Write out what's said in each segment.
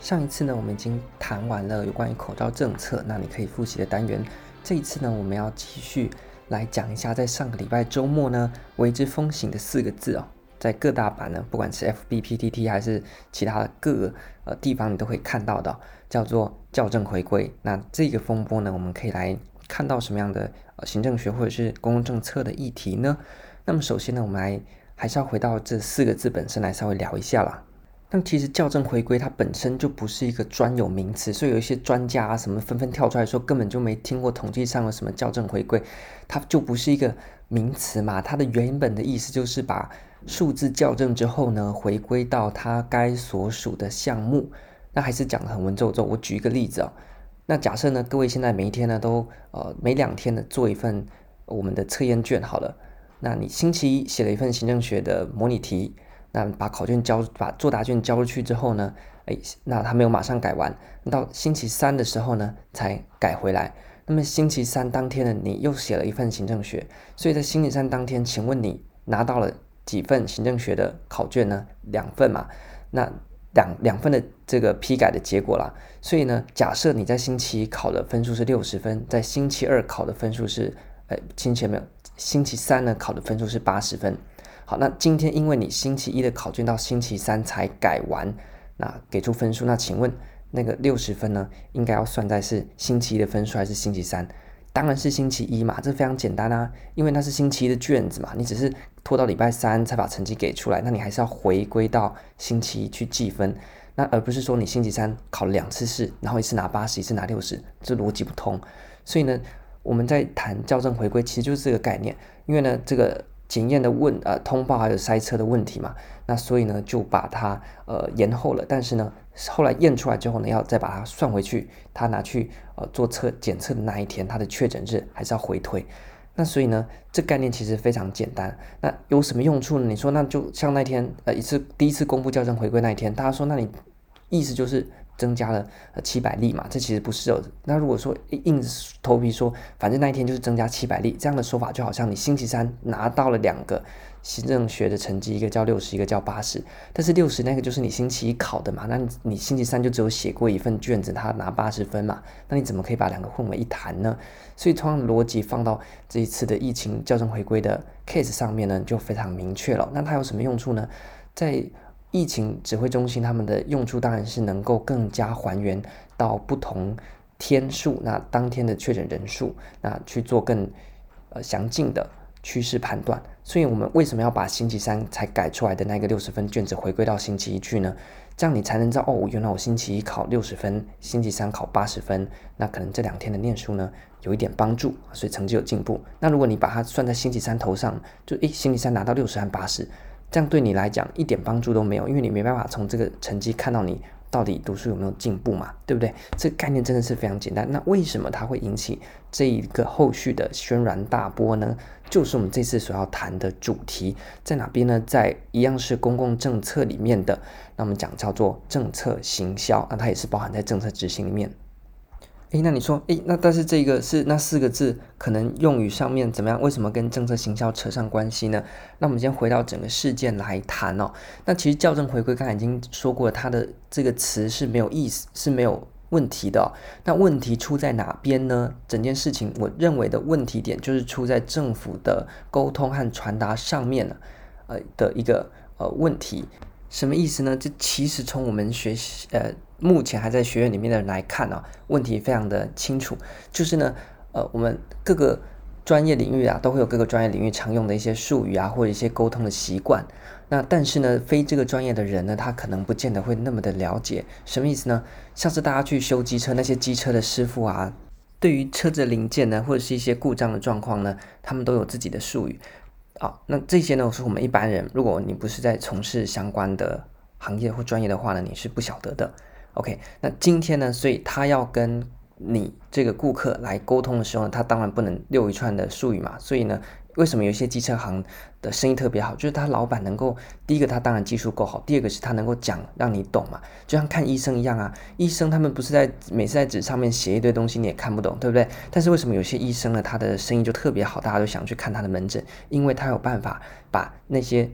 上一次呢，我们已经谈完了有关于口罩政策，那你可以复习的单元。这一次呢，我们要继续来讲一下，在上个礼拜周末呢，为之风行的4个字在各大版呢，不管是 FB、PTT 还是其他的各个地方，你都可以看到的，叫做校正回归。那这个风波呢，我们可以来看到什么样的行政学或者是公共政策的议题呢？那么首先呢，我们还是要回到这4个字本身来稍微聊一下啦。但其实校正回归它本身就不是一个专有名词，所以有一些专家什么纷纷跳出来说根本就没听过统计上有什么校正回归，它就不是一个名词嘛。它的原本的意思就是把数字校正之后呢，回归到它该所属的项目。那还是讲得很文绉绉。我举一个例子那假设呢，各位现在每一天呢都每2天的做一份我们的测验卷好了。那你星期一写了一份行政学的模拟题。那把作答卷交出去之后呢，那他没有马上改完，到星期3的时候呢才改回来。那么星期3当天呢，你又写了一份行政学，所以在星期3当天，请问你拿到了几份行政学的考卷呢？2份嘛，那两份的这个批改的结果啦。所以呢，假设你在星期一考的分数是60分，在星期2考的分数是星期3呢考的分数是80分。好，那今天因为你星期一的考卷到星期3才改完，那给出分数，那请问那个60分呢，应该要算在是星期一的分数还是星期3？当然是星期一嘛，这非常简单啊，因为那是星期一的卷子嘛，你只是拖到礼拜3才把成绩给出来，那你还是要回归到星期一去计分，那而不是说你星期3考了2次试，然后一次拿80，一次拿60，这逻辑不通。所以呢，我们在谈校正回归，其实就是这个概念，因为呢，这个检验的通报还有塞车的问题嘛，那所以呢就把它延后了，但是呢后来验出来之后呢，要再把它算回去，他拿去做检测的那一天，他的确诊日还是要回推。那所以呢，这概念其实非常简单。那有什么用处呢？你说那就像那天第一次公布校正回归那一天，大家说那你意思就是增加了700例嘛，这其实不是那如果说硬头皮说反正那一天就是增加700例，这样的说法就好像你星期3拿到了2个行政学的成绩，一个叫60，一个叫80，但是60那个就是你星期一考的嘛，那你星期3就只有写过一份卷子，他拿80分嘛，那你怎么可以把2个混为一谈呢？所以同样的逻辑放到这一次的疫情校正回归的 case 上面呢，就非常明确了。那它有什么用处呢？在疫情指挥中心他们的用处当然是能够更加还原到不同天数，那当天的确诊人数，那去做更详尽的趋势判断。所以我们为什么要把星期3才改出来的那个60分卷子回归到星期一去呢？这样你才能知道原来我星期一考60分，星期3考80分，那可能这2天的念书呢有一点帮助，所以成绩有进步。那如果你把它算在星期3头上，就星期3拿到60和80，这样对你来讲一点帮助都没有，因为你没办法从这个成绩看到你到底读书有没有进步嘛，对不对？这个概念真的是非常简单。那为什么它会引起这一个后续的轩然大波呢？就是我们这次所要谈的主题在哪边呢？在一样是公共政策里面的，那我们讲叫做政策行销，那它也是包含在政策执行里面。那你说那但是这个是那4个字可能用语上面怎么样？为什么跟政策行销扯上关系呢？那我们先回到整个事件来谈那其实校正回归刚才已经说过了，它的这个词是没有意思，是没有问题的那问题出在哪边呢？整件事情我认为的问题点就是出在政府的沟通和传达上面的一个问题。什么意思呢？这其实从我们目前还在学院里面的人来看问题非常的清楚，就是呢我们各个专业领域都会有各个专业领域常用的一些术语或者一些沟通的习惯，那但是呢非这个专业的人呢，他可能不见得会那么的了解。什么意思呢？像是大家去修机车，那些机车的师傅对于车子零件呢或者是一些故障的状况呢，他们都有自己的术语那这些呢是我们一般人，如果你不是在从事相关的行业或专业的话呢，你是不晓得的。OK， 那今天呢，所以他要跟你这个顾客来沟通的时候呢，他当然不能溜一串的术语嘛。所以呢，为什么有些机车行的生意特别好？就是他老板能够，第一个他当然技术够好，第二个是他能够讲让你懂嘛。就像看医生一样医生他们不是每次在纸上面写一堆东西你也看不懂，对不对？但是为什么有些医生呢，他的生意就特别好，大家都想去看他的门诊，因为他有办法把那些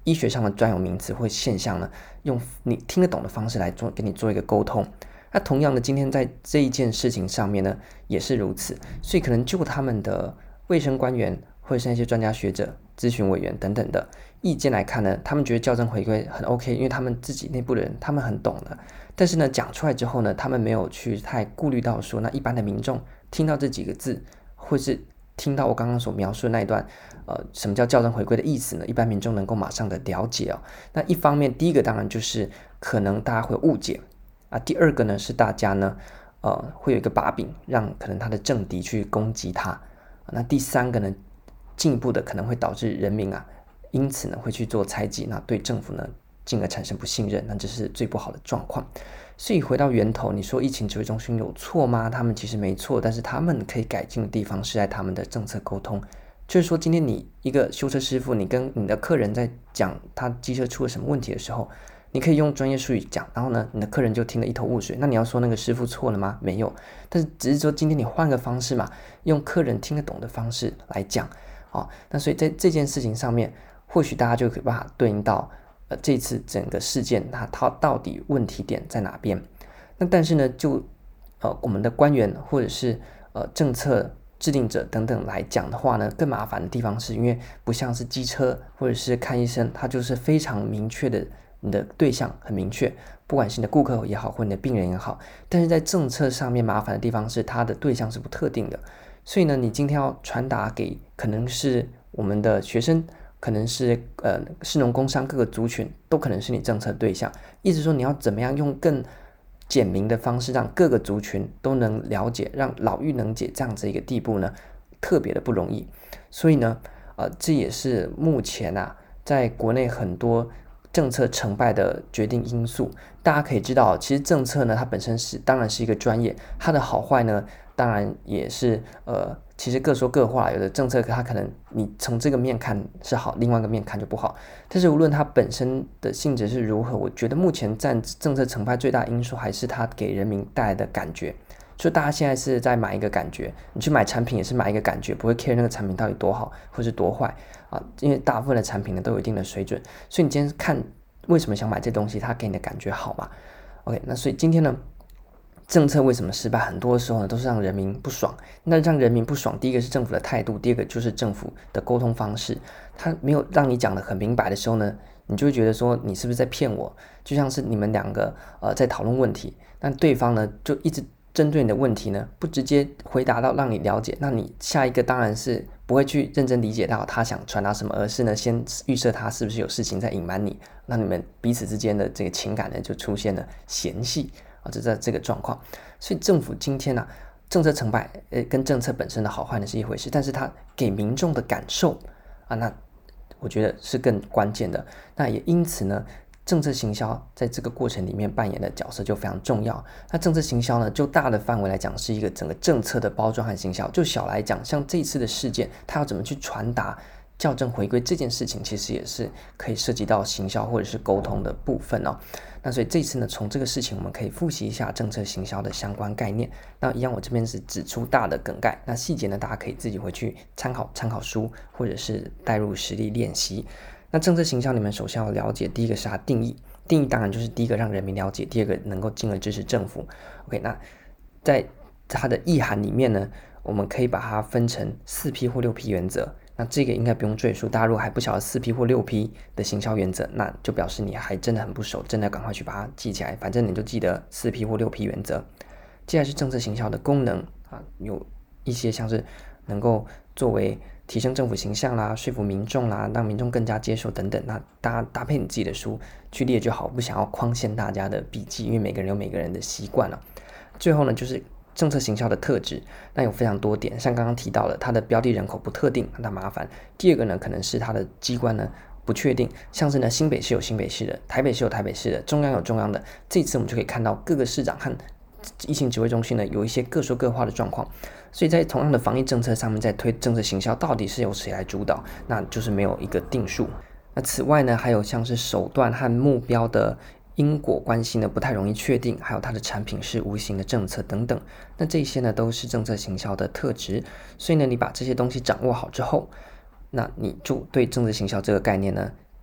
医学上的专有名词或现象呢，用你听得懂的方式来给你做一个沟通。那同样的，今天在这一件事情上面呢，也是如此。所以可能就他们的卫生官员或者是那些专家学者、咨询委员等等的意见来看呢，他们觉得校正回归很 OK， 因为他们自己内部的人他们很懂的。但是呢，讲出来之后呢，他们没有去太顾虑到说，那一般的民众听到这几个字，或是听到我刚刚所描述的那一段，什么叫校正回归的意思呢？一般民众能够马上的了解哦。那一方面，第一个当然就是可能大家会误解啊，第二个呢是大家呢，会有一个把柄，让可能他的政敌去攻击他。那第三个呢，进一步的可能会导致人民啊，因此呢会去做猜忌，那对政府呢进而产生不信任，那这是最不好的状况。所以回到源头，你说疫情指挥中心有错吗？他们其实没错，但是他们可以改进的地方是在他们的政策沟通。就是说，今天你一个修车师傅，你跟你的客人在讲他机车出了什么问题的时候，你可以用专业术语讲，然后呢，你的客人就听得一头雾水。那你要说那个师傅错了吗？没有，但是只是说今天你换个方式嘛，用客人听得懂的方式来讲。那所以在这件事情上面，或许大家就可以把它对应到这次整个事件它到底问题点在哪边。那但是呢，就我们的官员或者是政策制定者等等来讲的话呢，更麻烦的地方是因为不像是机车或者是看医生，它就是非常明确的，你的对象很明确，不管是你的顾客也好或你的病人也好。但是在政策上面麻烦的地方是它的对象是不特定的。所以呢，你今天要传达给可能是我们的学生，可能是士农工商各个族群，都可能是你政策对象。意思说你要怎么样用更简明的方式，让各个族群都能了解，让老妪能解这样子一个地步呢，特别的不容易。所以呢，这也是目前啊，在国内很多政策成败的决定因素。大家可以知道，其实政策呢，它本身当然是一个专业，它的好坏呢，当然也是其实各说各话。有的政策它可能你从这个面看是好，另外一个面看就不好。但是无论它本身的性质是如何，我觉得目前占政策成败最大的因素还是它给人民带来的感觉。就大家现在是在买一个感觉，你去买产品也是买一个感觉，不会 care 那个产品到底多好或是多坏啊，因为大部分的产品呢都有一定的水准。所以你今天看为什么想买这东西，它给你的感觉好嘛 ？OK， 那所以今天呢，政策为什么失败？很多时候呢都是让人民不爽。那让人民不爽，第一个是政府的态度，第二个就是政府的沟通方式。他没有让你讲得很明白的时候呢，你就会觉得说你是不是在骗我？就像是你们两个在讨论问题，那对方呢就一直针对你的问题呢不直接回答到让你了解，那你下一个当然是不会去认真理解到他想传达什么，而是呢先预设他是不是有事情在隐瞒你，那你们彼此之间的这个情感呢就出现了嫌隙啊，这个状况。所以政府今天呢，政策成败跟政策本身的好坏呢是一回事，但是它给民众的感受啊，那我觉得是更关键的。那也因此呢，政策行销在这个过程里面扮演的角色就非常重要。那政策行销呢，就大的范围来讲是一个整个政策的包装和行销，就小来讲，像这一次的事件，它要怎么去传达校正回归这件事情，其实也是可以涉及到行销或者是沟通的部分哦。那所以这次呢，从这个事情我们可以复习一下政策行销的相关概念。那一样，我这边是指出大的梗概，那细节呢，大家可以自己回去参考书，或者是带入实例练习。那政策行销你们首先要了解，第一个是它定义，定义当然就是第一个让人民了解，第二个能够进而支持政府。OK， 那在它的意涵里面呢，我们可以把它分成4P 或6P 原则。那这个应该不用赘述，大家如果还不晓得4P 或6P 的行销原则，那就表示你还真的很不熟，真的要赶快去把它记起来。反正你就记得4P 或6P 原则。接下来是政策行销的功能啊，有一些像是能够作为提升政府形象啦、说服民众啦、让民众更加接受等等。那大家搭配你自己的书去列就好，不想要框限大家的笔记，因为每个人有每个人的习惯了。最后呢，就是政策行销的特质，那有非常多点，像刚刚提到了它的标的人口不特定，那麻烦。第二个呢，可能是它的机关呢不确定，像是呢新北市有新北市的，台北市有台北市的，中央有中央的。这次我们就可以看到各个市长和疫情指挥中心呢有一些各说各话的状况，所以在同样的防疫政策上面，在推政策行销到底是由谁来主导，那就是没有一个定数。那此外呢，还有像是手段和目标的因果关系呢不太容易确定，还有它的产品是无形的政策等等，那这些呢都是政策行销的特质。所以呢，你把这些东西掌握好之后，那你就对政策行销这个概念呢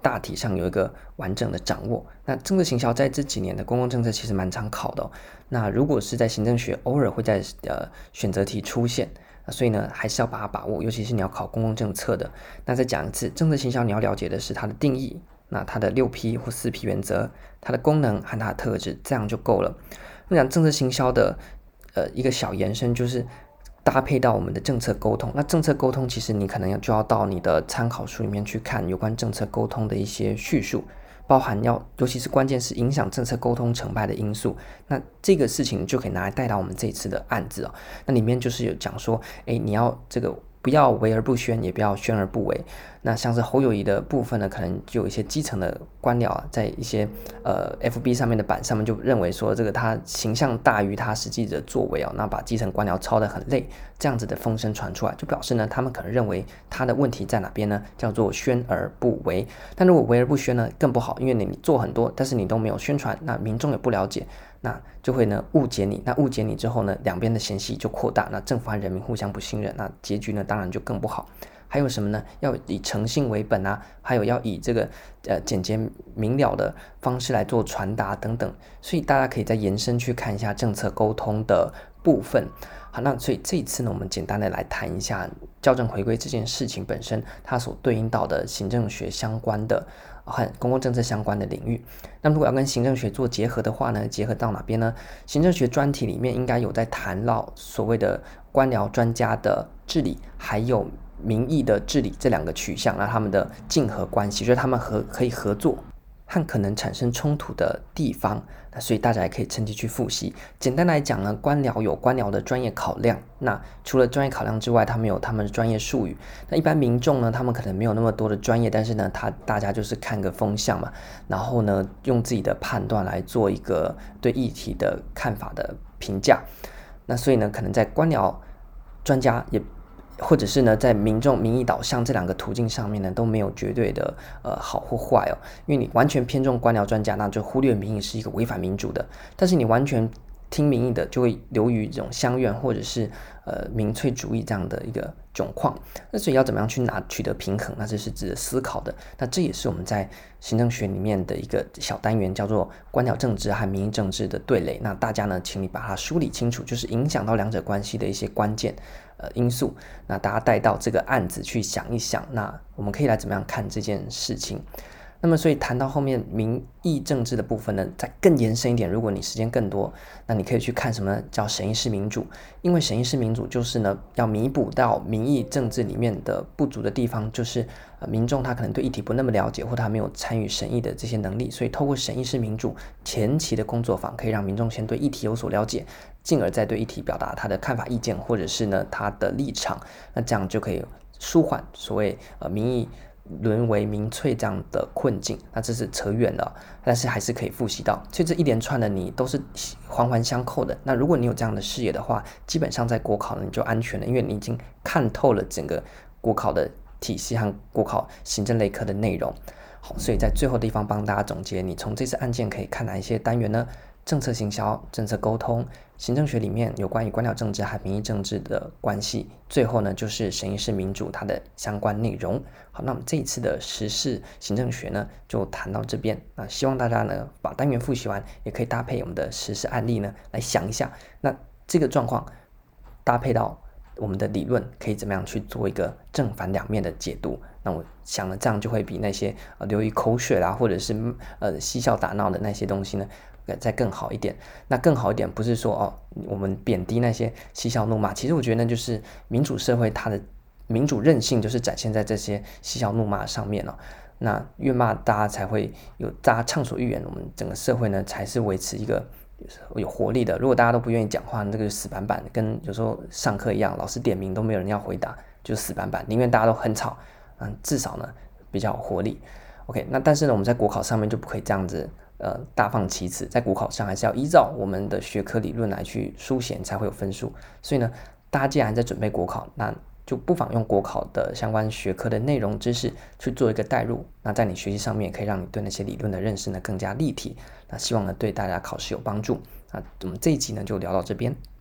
大体上有一个完整的掌握。那政策行销在这几年的公共政策其实蛮常考的那如果是在行政学，偶尔会在选择题出现，所以呢还是要把它把握，尤其是你要考公共政策的。那再讲一次，政策行销你要了解的是它的定义，那它的6P 或4P 原则，它的功能和它的特质，这样就够了。那讲政策行销的一个小延伸就是搭配到我们的政策沟通。那政策沟通其实你可能就要到你的参考书里面去看有关政策沟通的一些叙述，包含尤其是关键是影响政策沟通成败的因素。那这个事情就可以拿来带到我们这一次的案子那里面就是有讲说，你要这个不要为而不宣，也不要宣而不为。那像是侯友宜的部分呢，可能就有一些基层的官僚在一些FB 上面的版上面就认为说，这个他形象大于他实际的作为那把基层官僚操得很累，这样子的风声传出来，就表示呢，他们可能认为他的问题在哪边呢？叫做宣而不为。但如果为而不宣呢，更不好，因为你做很多，但是你都没有宣传，那民众也不了解，那就会呢误解你。那误解你之后呢，两边的嫌隙就扩大，那政府和人民互相不信任，那结局呢当然就更不好。还有什么呢？要以诚信为本还有要以这个简洁明了的方式来做传达等等。所以大家可以再延伸去看一下政策沟通的部分。好，那所以这一次呢，我们简单的来谈一下校正回归这件事情本身，它所对应到的行政学相关的和公共政策相关的领域。那如果要跟行政学做结合的话呢，结合到哪边呢？行政学专题里面应该有在谈到所谓的官僚专家的治理，还有民意的治理这两个取向，那他们的竞合关系，就是他们可以合作和可能产生冲突的地方。那所以大家也可以趁机去复习。简单来讲呢，官僚有官僚的专业考量，那除了专业考量之外，他们有他们的专业术语。那一般民众呢，他们可能没有那么多的专业，但是呢，大家就是看个风向嘛，然后呢，用自己的判断来做一个对议题的看法的评价。那所以呢，可能在官僚专家也或者是呢，在民众民意导向这两个途径上面呢，都没有绝对的好或坏因为你完全偏重官僚专家，那就忽略民意是一个违反民主的；但是你完全听民意的，就会流于这种乡愿或者是民粹主义这样的一个窘况。那所以要怎么样去取得平衡，那这是值得思考的。那这也是我们在行政学里面的一个小单元，叫做官僚政治和民意政治的对垒。那大家呢，请你把它梳理清楚，就是影响到两者关系的一些关键因素。那大家带到这个案子去想一想，那我们可以来怎么样看这件事情。那么所以谈到后面民意政治的部分呢，再更延伸一点，如果你时间更多，那你可以去看什么叫审议式民主。因为审议式民主就是呢，要弥补到民意政治里面的不足的地方，就是民众他可能对议题不那么了解，或他没有参与审议的这些能力，所以透过审议式民主前期的工作坊，可以让民众先对议题有所了解，进而再对议题表达他的看法意见，或者是呢他的立场，那这样就可以舒缓所谓民意沦为民粹这样的困境。那这是扯远了，但是还是可以复习到，所以这一连串的你都是环环相扣的。那如果你有这样的视野的话，基本上在国考呢你就安全了，因为你已经看透了整个国考的体系和国考行政类科的内容。好，所以在最后地方帮大家总结，你从这次案件可以看哪一些单元呢？政策行销、政策沟通、行政学里面有关于官僚政治和民意政治的关系，最后呢就是审议式民主它的相关内容。好，那我们这一次的时事行政学呢就谈到这边。那希望大家呢把单元复习完，也可以搭配我们的时事案例呢来想一下，那这个状况搭配到我们的理论，可以怎么样去做一个正反两面的解读。那我想了，这样就会比那些流于口水啦，或者是嬉笑打闹的那些东西呢再更好一点。那更好一点不是说我们贬低那些嬉笑怒骂，其实我觉得那就是民主社会它的民主韧性就是展现在这些嬉笑怒骂上面那越骂大家才会有大家畅所欲言，我们整个社会呢才是维持一个有活力的。如果大家都不愿意讲话，这个死板板，跟有时候上课一样，老师点名都没有人要回答，就死板板，宁愿大家都很吵，至少呢比较有活力。OK， 那但是呢，我们在国考上面就不可以这样子大放其词，在国考上还是要依照我们的学科理论来去书写，才会有分数。所以呢，大家既然在准备国考，那就不妨用国考的相关学科的内容知识去做一个带入，那在你学习上面可以让你对那些理论的认识呢更加立体。那希望呢对大家考试有帮助。那我们这一集呢就聊到这边。